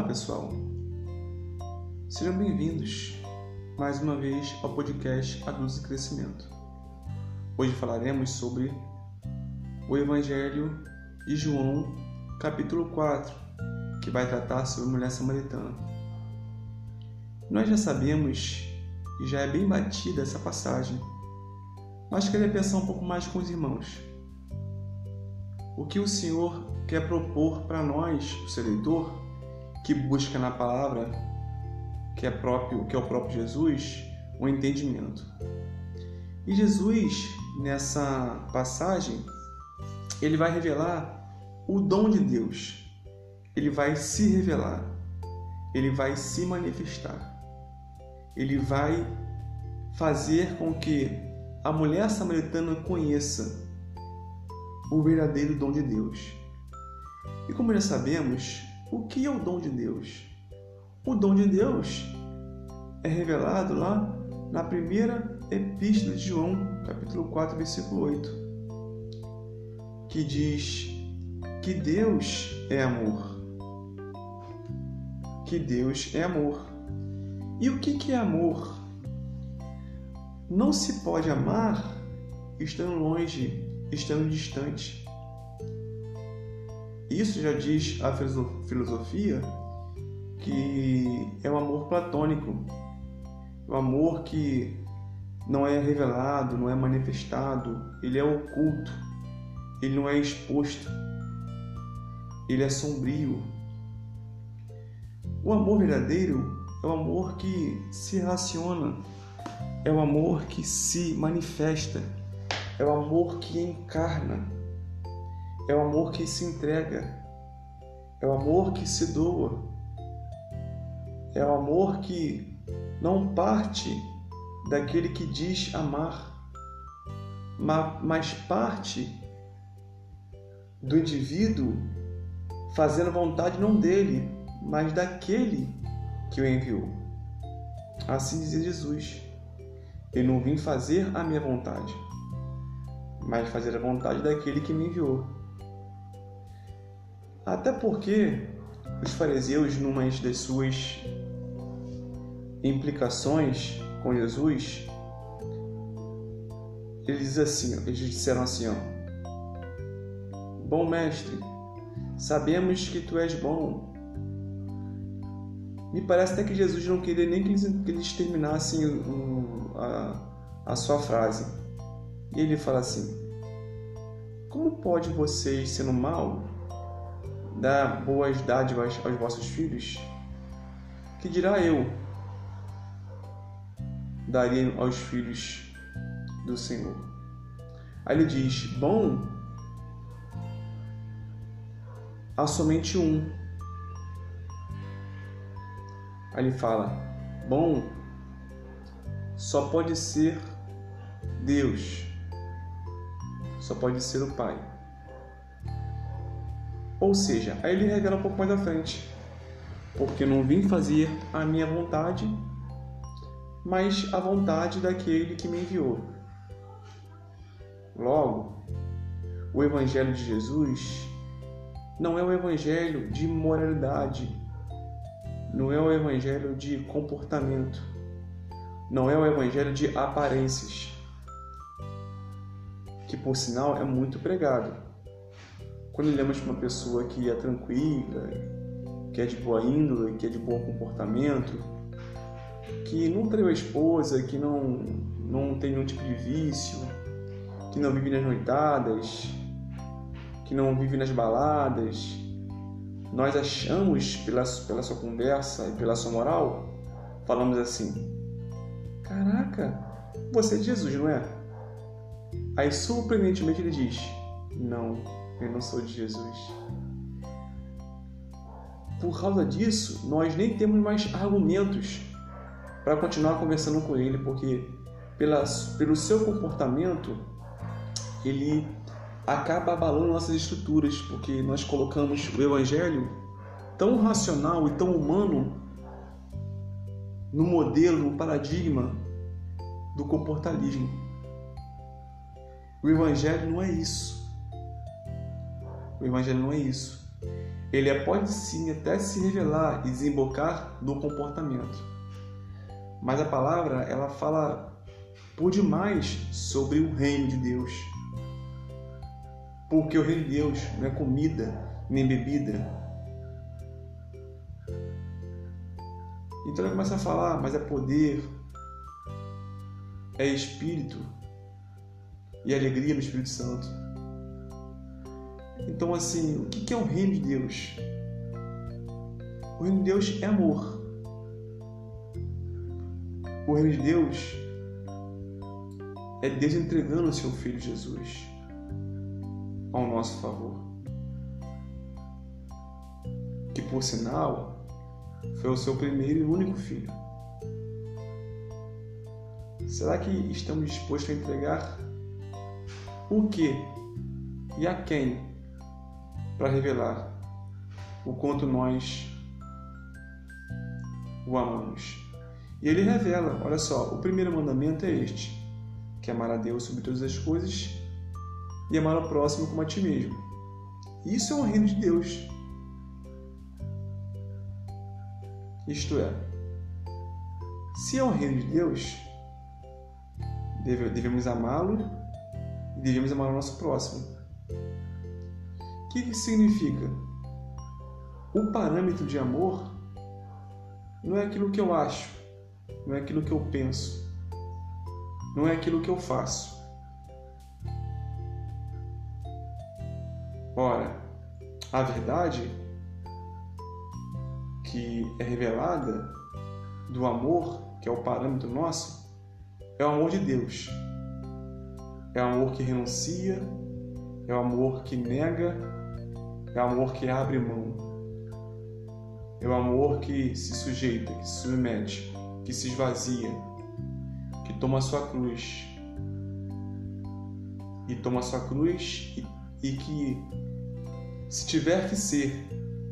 pessoal, sejam bem-vindos mais uma vez ao podcast Adultos e Crescimento. Hoje falaremos sobre o Evangelho de João, capítulo 4, que vai tratar sobre a mulher samaritana. Nós já sabemos e já é bem batida essa passagem, mas queria pensar um pouco mais com os irmãos. O que o Senhor quer propor para nós, o seu leitor, que busca na palavra, que é o próprio Jesus, o entendimento. E Jesus, nessa passagem, ele vai revelar o dom de Deus. Ele vai se revelar. Ele vai se manifestar. Ele vai fazer com que a mulher samaritana conheça o verdadeiro dom de Deus. E como já sabemos, o que é o dom de Deus? O dom de Deus é revelado lá na primeira epístola de João, capítulo 4, versículo 8, que diz que Deus é amor. Que Deus é amor. E o que é amor? Não se pode amar estando longe, estando distante. Isso já diz a filosofia que é um amor platônico, um amor que não é revelado, não é manifestado, ele é oculto, ele não é exposto, ele é sombrio. O amor verdadeiro é o amor que se relaciona, é o amor que se manifesta, é o amor que encarna, é o amor que se entrega, é o amor que se doa, é o amor que não parte daquele que diz amar, mas parte do indivíduo fazendo vontade não dele, mas daquele que o enviou. Assim dizia Jesus: eu não vim fazer a minha vontade, mas fazer a vontade daquele que me enviou. Até porque os fariseus, numa das suas implicações com Jesus, eles disseram assim, bom mestre, sabemos que tu és bom. Me parece até que Jesus não queria nem que eles terminassem a sua frase. E ele fala assim: como pode vocês, sendo mal, dar boas dádivas aos vossos filhos? Que dirá eu daria aos filhos do Senhor? Aí ele diz: bom há somente um. Aí ele fala: bom só pode ser Deus, só pode ser o Pai. Ou seja, aí ele revela um pouco mais à frente: porque não vim fazer a minha vontade, mas a vontade daquele que me enviou. Logo, o Evangelho de Jesus não é o Evangelho de moralidade, não é o Evangelho de comportamento, não é o Evangelho de aparências, que por sinal é muito pregado. Quando olhamos para uma pessoa que é tranquila, que é de boa índole, que é de bom comportamento, que não traiu a esposa, que não tem nenhum tipo de vício, que não vive nas noitadas, que não vive nas baladas, nós achamos, pela sua conversa e pela sua moral, falamos assim: caraca, você é de Jesus, não é? Aí surpreendentemente ele diz: não, eu não sou de Jesus. Por causa disso, nós nem temos mais argumentos para continuar conversando com ele, porque pelo seu comportamento ele acaba abalando nossas estruturas, porque nós colocamos o Evangelho tão racional e tão humano no modelo, no paradigma do comportalismo. O Evangelho não é isso. O Evangelho não é isso. ele pode sim até se revelar e desembocar no comportamento. Mas a palavra, ela fala por demais sobre o reino de Deus. Porque o reino de Deus não é comida nem bebida. Então ele começa a falar, mas é poder, é espírito e alegria no Espírito Santo. Então, assim, o que é o reino de Deus? O reino de Deus é amor. O reino de Deus é Deus entregando o seu Filho Jesus ao nosso favor. Que, por sinal, foi o seu primeiro e único filho. Será que estamos dispostos a entregar o que e a quem para revelar o quanto nós o amamos? E ele revela, olha só, o primeiro mandamento é este, que é amar a Deus sobre todas as coisas e amar ao próximo como a ti mesmo. Isso é o reino de Deus. Isto é, se é o reino de Deus, devemos amá-lo e devemos amar o nosso próximo. O que isso significa? O parâmetro de amor não é aquilo que eu acho, não é aquilo que eu penso, não é aquilo que eu faço. Ora, a verdade que é revelada do amor, que é o parâmetro nosso, é o amor de Deus. É o amor que renuncia, é o amor que nega, é o amor que abre mão. É o amor que se sujeita, que se submete, que se esvazia, que toma a sua cruz. E toma a sua cruz e que, se tiver que ser,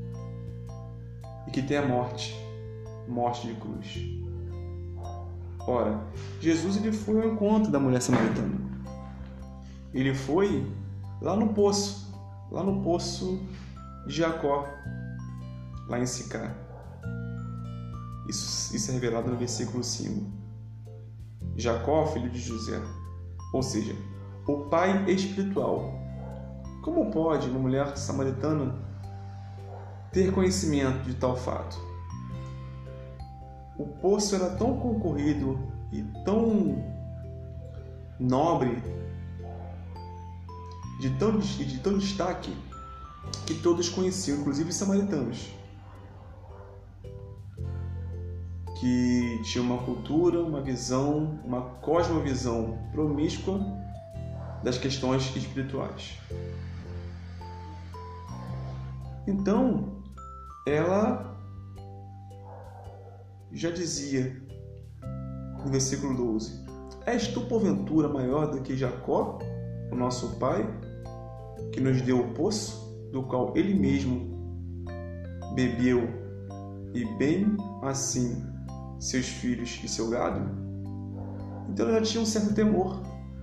e que tem a morte de cruz. Ora, Jesus ele foi ao encontro da mulher samaritana. Ele foi lá no poço de Jacó, lá em Sicar. Isso é revelado no versículo 5. Jacó, filho de José, ou seja, o pai espiritual. Como pode uma mulher samaritana ter conhecimento de tal fato? O poço era tão concorrido e tão nobre, de tão destaque, que todos conheciam, inclusive os samaritanos, que tinha uma cultura, uma visão, uma cosmovisão promíscua das questões espirituais. Então, ela já dizia no versículo 12: És tu porventura maior do que Jacó, o nosso pai, que nos deu o poço, do qual ele mesmo bebeu, e bem assim seus filhos e seu gado? Então ela já tinha um certo temor,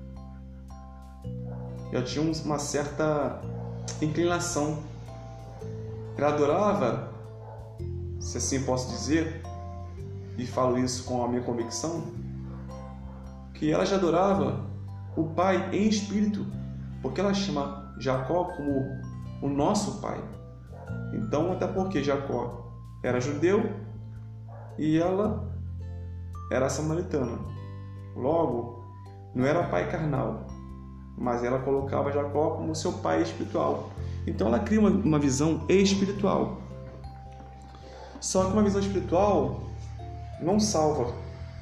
já tinha uma certa inclinação. Ela adorava, se assim posso dizer, e falo isso com a minha convicção, que ela já adorava o pai em espírito, porque ela chama Jacó como o nosso pai. Então, até porque Jacó era judeu e ela era samaritana. Logo, não era pai carnal, mas ela colocava Jacó como seu pai espiritual. Então ela cria uma visão espiritual. Só que uma visão espiritual não salva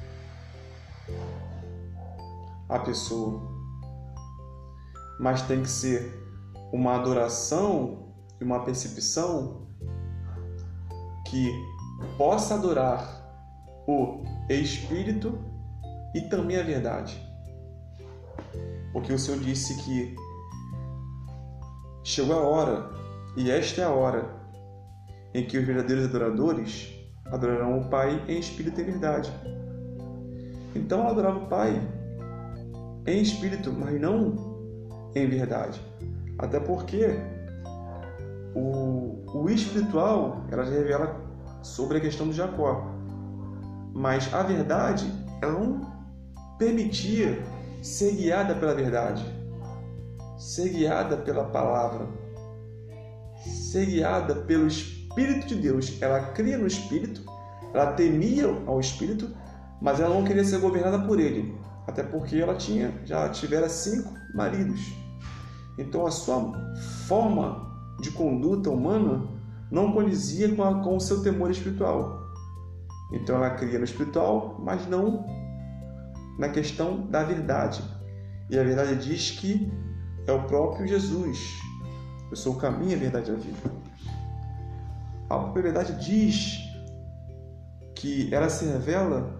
a pessoa, mas tem que ser uma adoração e uma percepção que possa adorar o Espírito e também a verdade. Porque o Senhor disse que chegou a hora, e esta é a hora, em que os verdadeiros adoradores adorarão o Pai em espírito e verdade. Então ela adorava o Pai em espírito, mas não em verdade. Até porque o espiritual, ela revela sobre a questão de Jacó. Mas a verdade, ela não permitia ser guiada pela verdade, ser guiada pela palavra, ser guiada pelo Espírito de Deus. Ela cria no Espírito, ela temia ao Espírito, mas ela não queria ser governada por ele, até porque ela já tivera 5 maridos. Então a sua forma de conduta humana não condizia com o seu temor espiritual. Então ela cria no espiritual, mas não na questão da verdade. E a verdade diz que é o próprio Jesus. Eu sou o caminho, a verdade e a vida. A própria verdade diz que ela se revela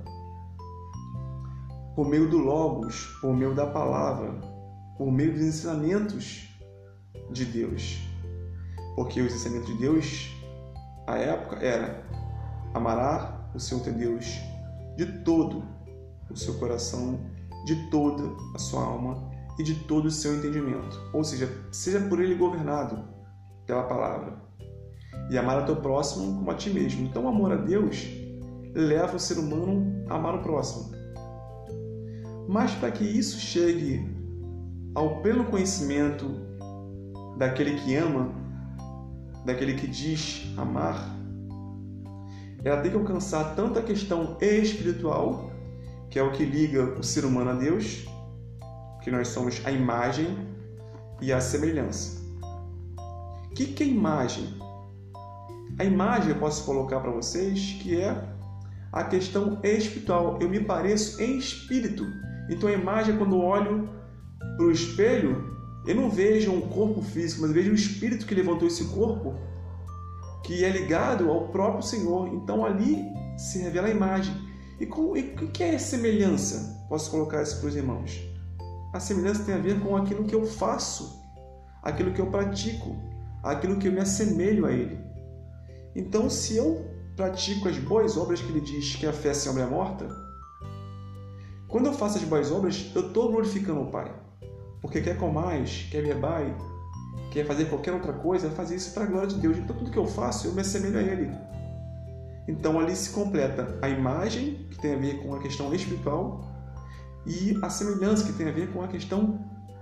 por meio do Logos, por meio da palavra, por meio dos ensinamentos de Deus. Porque os ensinamentos de Deus, à época, era amará o Senhor teu Deus de todo o seu coração, de toda a sua alma e de todo o seu entendimento. Ou seja por ele governado pela palavra. E amar o teu próximo como a ti mesmo. Então o amor a Deus leva o ser humano a amar o próximo. Mas para que isso chegue ao pleno conhecimento daquele que ama, daquele que diz amar, ela tem que alcançar tanto a questão espiritual, que é o que liga o ser humano a Deus, que nós somos a imagem e a semelhança. O que é imagem? A imagem eu posso colocar para vocês que é a questão espiritual. Eu me pareço em espírito. Então a imagem, quando eu olho para o espelho, eu não vejo um corpo físico, mas eu vejo o espírito que levantou esse corpo, que é ligado ao próprio Senhor. Então ali se revela a imagem. E o que é semelhança? Posso colocar isso para os irmãos. A semelhança tem a ver com aquilo que eu faço, aquilo que eu pratico, aquilo que eu me assemelho a Ele. Então, se eu pratico as boas obras que Ele diz que a fé sem obra é morta, quando eu faço as boas obras, eu estou glorificando o Pai. Porque quer comais, quer bebais, quer fazer qualquer outra coisa, fazer isso para a glória de Deus. Então, tudo que eu faço, eu me assemelho a Ele. Então, ali se completa a imagem, que tem a ver com a questão espiritual, e a semelhança, que tem a ver com a questão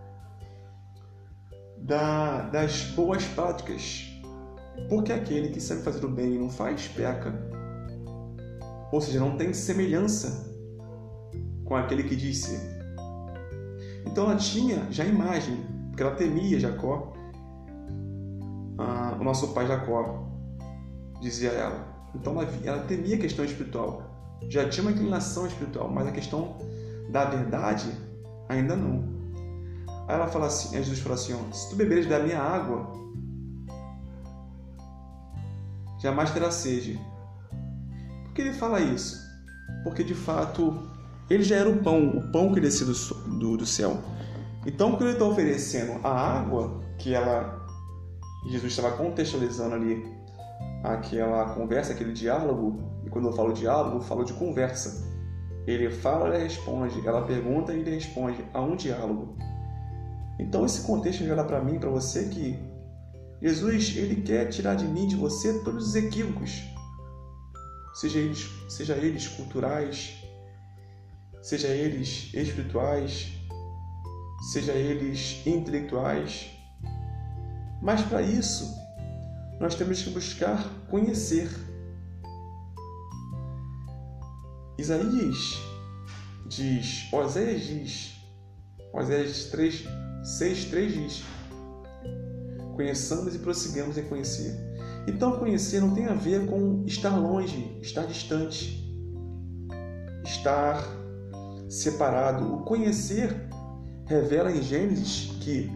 das boas práticas. Porque aquele que sabe fazer o bem e não faz, peca. Ou seja, não tem semelhança com aquele que disse. Então ela tinha já a imagem, porque ela temia Jacó, o nosso pai Jacó, dizia ela. Então ela temia a questão espiritual. Já tinha uma inclinação espiritual, mas a questão da verdade ainda não. Aí ela fala assim, Jesus fala assim, se tu beberes da minha água, jamais terá sede. Por que ele fala isso? Porque de fato ele já era o pão que descia do céu. Então quando ele está oferecendo a água, que Jesus estava contextualizando ali aquela conversa, aquele diálogo, e quando eu falo diálogo, eu falo de conversa. Ele fala, ela responde, ela pergunta e ele responde. Há um diálogo. Então esse contexto revela para mim, para você, que Jesus, ele quer tirar de mim, de você, todos os equívocos, seja eles culturais, seja eles espirituais, seja eles intelectuais. Mas para isso, nós temos que buscar conhecer. Oséias 6:3 diz, conheçamos e prossigamos em conhecer. Então, conhecer não tem a ver com estar longe, estar distante, estar separado. O conhecer revela em Gênesis que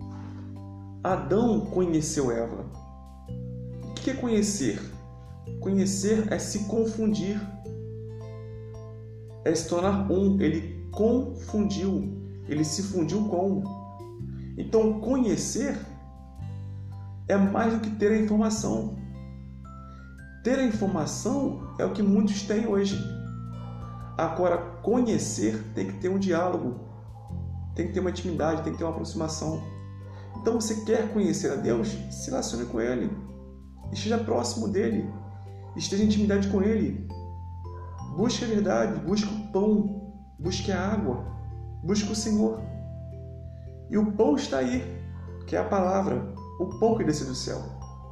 Adão conheceu Eva. O que é conhecer? Conhecer é se confundir, é se tornar um. Ele confundiu, ele se fundiu com. Então, conhecer é mais do que ter a informação. Ter a informação é o que muitos têm hoje. Agora, conhecer tem que ter um diálogo, tem que ter uma intimidade, tem que ter uma aproximação. Então você quer conhecer a Deus? Se relacione com Ele. Esteja próximo dEle. Esteja em intimidade com Ele. Busque a verdade, busque o pão, busque a água, busque o Senhor. E o pão está aí, que é a palavra, o pão que desce do céu.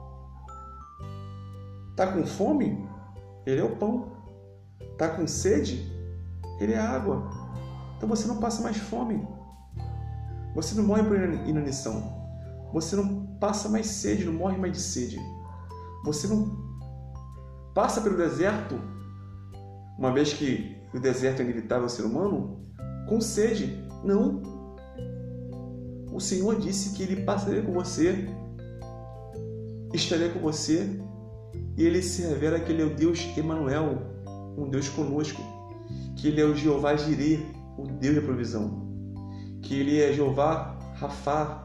Está com fome? Ele é o pão. Está com sede? Ele é a água. Então você não passa mais fome. Você não morre por inanição. Você não passa mais sede, não morre mais de sede. Você não passa pelo deserto, uma vez que o deserto é inevitável ao ser humano, com sede. Não. O Senhor disse que Ele passaria com você, estaria com você, e Ele se revela que Ele é o Deus Emanuel, um Deus conosco, que Ele é o Jeová Jireh, o Deus da provisão, que Ele é Jeová Rafá,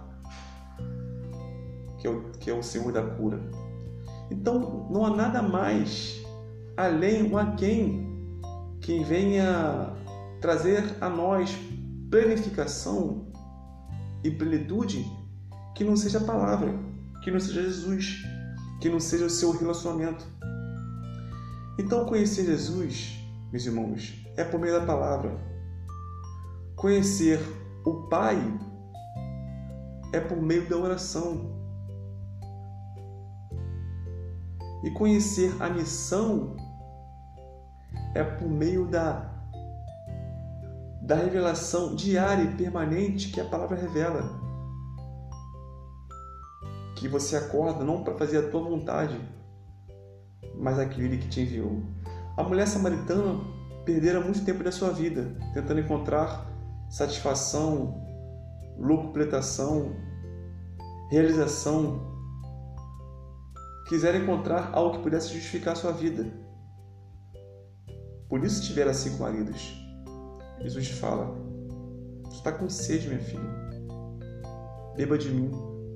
que é o Senhor da cura. Então, não há nada mais além ou a quem venha trazer a nós planificação e plenitude que não seja a palavra, que não seja Jesus, que não seja o seu relacionamento. Então, conhecer Jesus, meus irmãos, é por meio da palavra. Conhecer o Pai é por meio da oração. E conhecer a missão é por meio da revelação diária e permanente que a palavra revela. Que você acorda não para fazer a tua vontade, mas aquele que te enviou. A mulher samaritana perdera muito tempo da sua vida tentando encontrar satisfação, locupletação, realização. Quiseram encontrar algo que pudesse justificar a sua vida. Por isso tiveram 5 maridos. Jesus fala: você está com sede, minha filha. Beba de mim.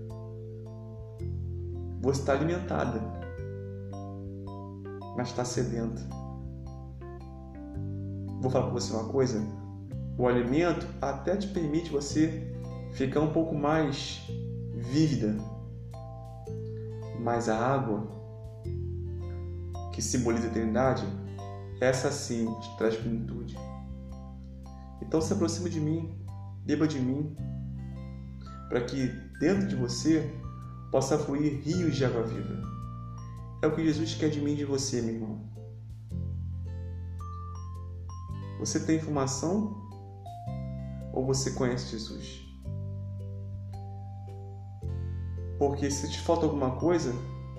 Você está alimentada, mas está sedenta. Vou falar para você uma coisa. O alimento até te permite você ficar um pouco mais vívida. Mas a água, que simboliza a eternidade, essa sim te traz plenitude. Então se aproxime de mim, beba de mim, para que dentro de você possa fluir rios de água viva. É o que Jesus quer de mim e de você, meu irmão. Você tem informação ou você conhece Jesus? Porque se te falta alguma coisa,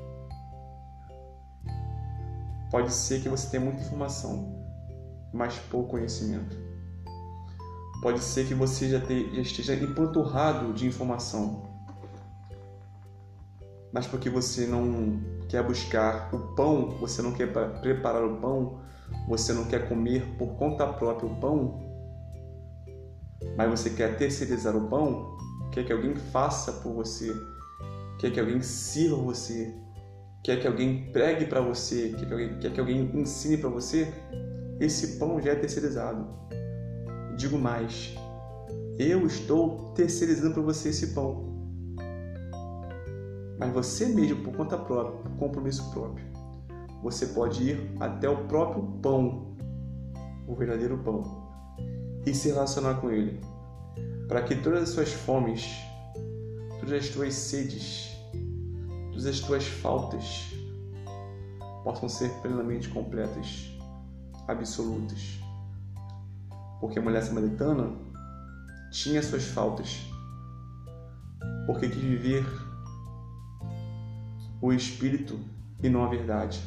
pode ser que você tenha muita informação, mas pouco conhecimento. Pode ser que você já esteja empanturrado de informação, mas porque você não quer buscar o pão, você não quer preparar o pão, você não quer comer por conta própria o pão, mas você quer terceirizar o pão, quer que alguém faça por você, quer que alguém sirva você, quer que alguém pregue para você, quer que alguém ensine para você, esse pão já é terceirizado. Digo mais, eu estou terceirizando para você esse pão. Mas você mesmo, por conta própria, por compromisso próprio, você pode ir até o próprio pão, o verdadeiro pão, e se relacionar com ele, para que todas as suas fomes, todas as tuas sedes, todas as tuas faltas possam ser plenamente completas, absolutas. Porque a mulher samaritana tinha suas faltas, porque quis viver o Espírito e não a verdade.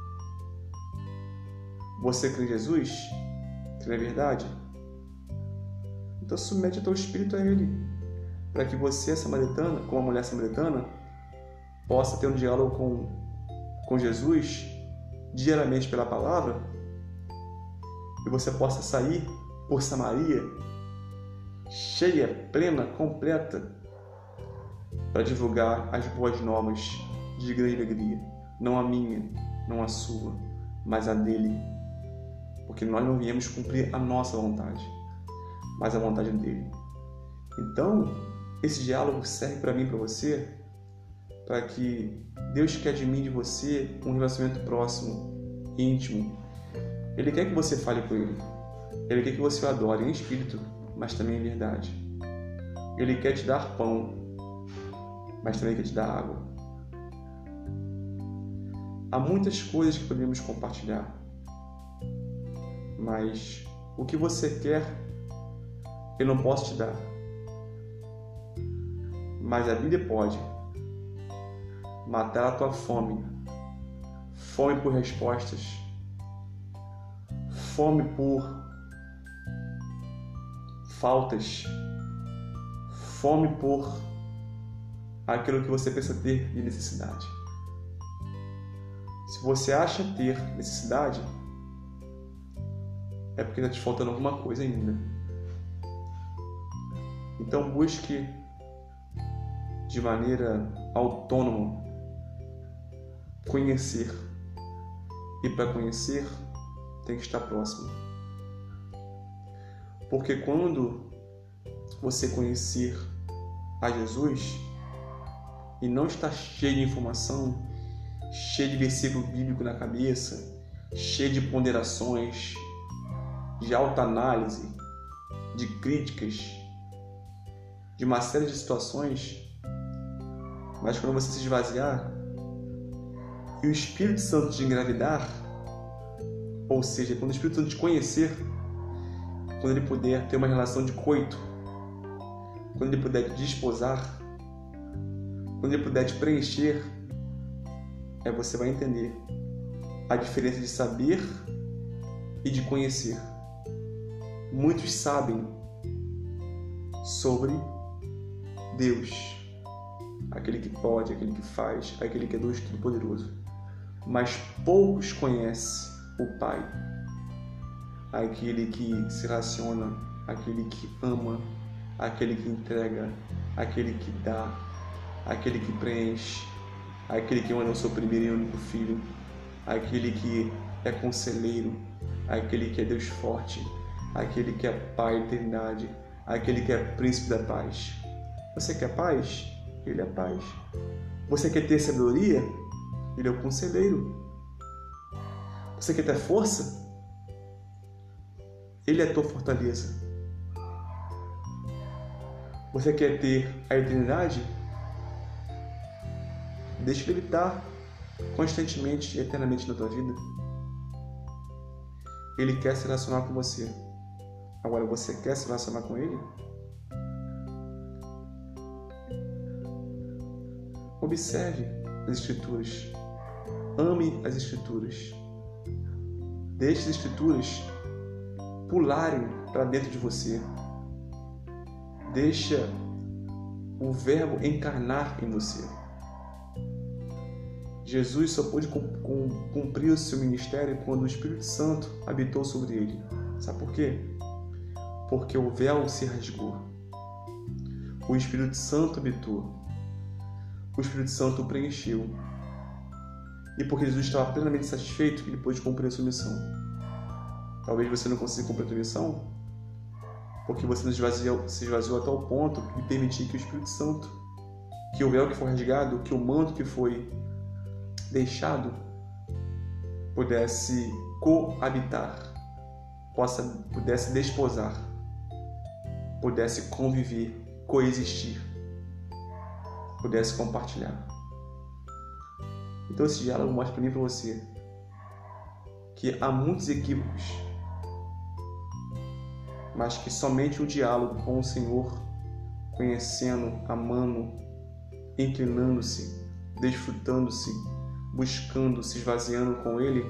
Você crê em Jesus? Crê na verdade? Então submete o teu Espírito a Ele, para que você, samaritana, como a mulher samaritana, possa ter um diálogo com Jesus diariamente pela palavra, e você possa sair por Samaria cheia, plena, completa, para divulgar as boas novas de grande alegria, não a minha, não a sua, mas a dele, porque nós não viemos cumprir a nossa vontade, mas a vontade dele. Então, esse diálogo serve para mim e para você, para que Deus quer de mim e de você um relacionamento próximo, íntimo. Ele quer que você fale com Ele. Ele quer que você o adore em espírito, mas também em verdade. Ele quer te dar pão, mas também quer te dar água. Há muitas coisas que podemos compartilhar, mas o que você quer, eu não posso te dar. Mas a Bíblia pode matar a tua fome, fome por respostas, fome por faltas, fome por aquilo que você pensa ter de necessidade. Se você acha ter necessidade, é porque está te faltando alguma coisa ainda. Então busque de maneira autônoma conhecer. E para conhecer, tem que estar próximo. Porque quando você conhecer a Jesus e não está cheio de informação, cheio de versículo bíblico na cabeça, cheio de ponderações, de autoanálise, de críticas, de uma série de situações, mas quando você se esvaziar e o Espírito Santo te engravidar, ou seja, quando o Espírito Santo te conhecer, quando ele puder ter uma relação de coito, quando ele puder te desposar, quando ele puder te preencher, você vai entender a diferença de saber e de conhecer. Muitos sabem sobre Deus, aquele que pode, aquele que faz, aquele que é Deus Todo-Poderoso, mas poucos conhecem o Pai, aquele que se relaciona, aquele que ama, aquele que entrega, aquele que dá, aquele que preenche, aquele que manda o seu primeiro e único filho, aquele que é conselheiro, aquele que é Deus forte, aquele que é Pai da eternidade, aquele que é príncipe da paz. Você quer paz? Ele é paz. Você quer ter sabedoria? Ele é o conselheiro. Você quer ter força? Ele é a tua fortaleza. Você quer ter a eternidade? Deixa ele estar constantemente e eternamente na tua vida. Ele quer se relacionar com você. Agora, você quer se relacionar com ele? Observe as Escrituras. Ame as Escrituras. Deixe as Escrituras pularem para dentro de você. Deixa o Verbo encarnar em você. Jesus só pôde cumprir o seu ministério quando o Espírito Santo habitou sobre ele. Sabe por quê? Porque o véu se rasgou. O Espírito Santo habitou. O Espírito Santo o preencheu. E porque Jesus estava plenamente satisfeito, ele pôde cumprir a sua missão. Talvez você não consiga cumprir a sua missão porque você se esvaziou a tal ponto de permitir que o Espírito Santo, que o véu que foi rasgado, que o manto que foi deixado, pudesse coabitar, pudesse desposar, pudesse conviver, coexistir, pudesse compartilhar. Então esse diálogo mostra para mim e para você que há muitos equívocos, mas que somente o diálogo com o Senhor, conhecendo, amando, inclinando-se, desfrutando-se, buscando, se esvaziando com Ele,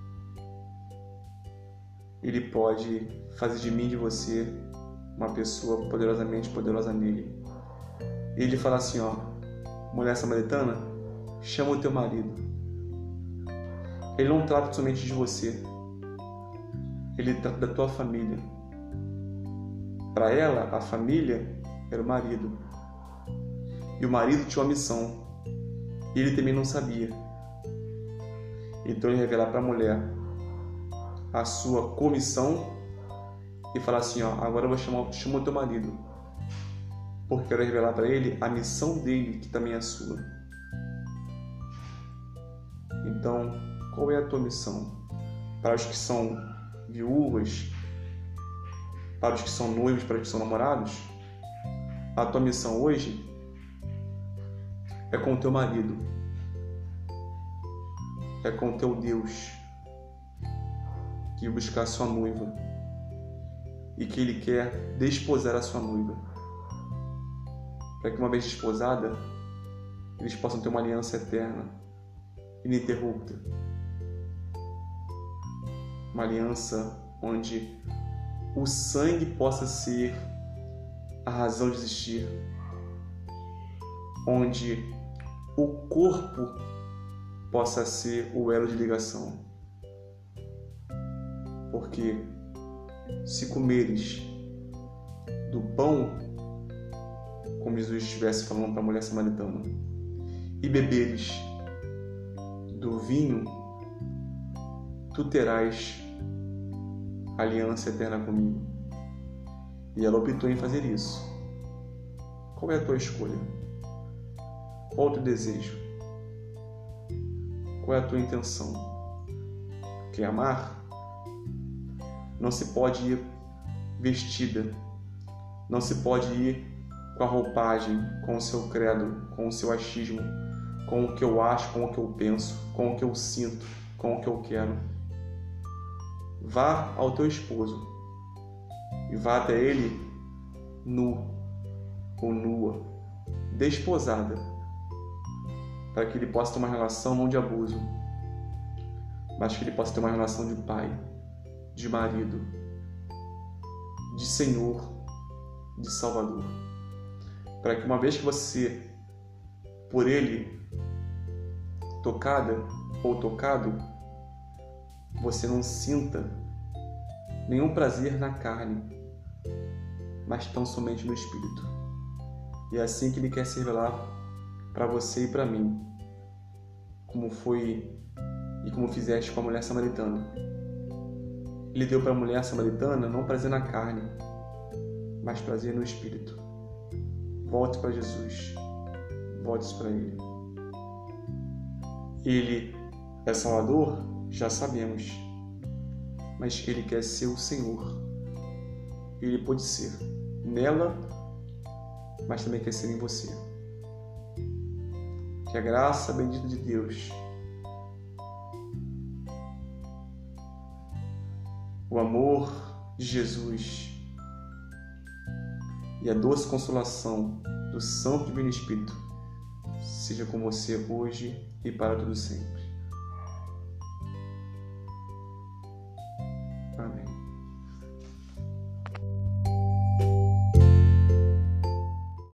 Ele pode fazer de mim e de você uma pessoa poderosamente poderosa nele. Ele fala assim, mulher samaritana, chama o teu marido. Ele não trata somente de você, ele trata da tua família. Para ela, a família era o marido. E o marido tinha uma missão. E ele também não sabia. Então ele revela para a mulher a sua comissão e fala assim, agora eu vou chamar o teu marido. porque quero revelar para ele a missão dele, que também é a sua. Então, qual é a tua missão? Para os que são viúvas, para os que são noivos, para os que são namorados, a tua missão hoje é com o teu marido, é com o teu Deus, que vai buscar a sua noiva e que ele quer desposar a sua noiva, para que uma vez desposada, eles possam ter uma aliança eterna, ininterrupta, uma aliança onde o sangue possa ser a razão de existir, onde o corpo possa ser o elo de ligação. Porque se comeres do pão, como Jesus estivesse falando para a mulher samaritana, e beberes do vinho, tu terás aliança eterna comigo. E ela optou em fazer isso. Qual é a tua escolha? Qual é o teu desejo? Qual é a tua intenção? Quer amar? Não se pode ir vestida, não se pode ir com a roupagem, com o seu credo, com o seu achismo, com o que eu acho, com o que eu penso, com o que eu sinto, com o que eu quero. Vá ao teu esposo e vá até ele nu ou nua, desposada, para que ele possa ter uma relação não de abuso, mas que ele possa ter uma relação de pai, de marido, de Senhor, de Salvador. Para que uma vez que você, por ele, tocada ou tocado, você não sinta nenhum prazer na carne, mas tão somente no Espírito. E é assim que ele quer se revelar para você e para mim, como foi e como fizeste com a mulher samaritana. Ele deu para a mulher samaritana não prazer na carne, mas prazer no Espírito. Volte para Jesus, volte para Ele. Ele é Salvador, já sabemos, mas Ele quer ser o Senhor. Ele pode ser nela, mas também quer ser em você. Que a graça bendita de Deus, o amor de Jesus e a doce consolação do Santo Divino Espírito seja com você hoje e para todo sempre.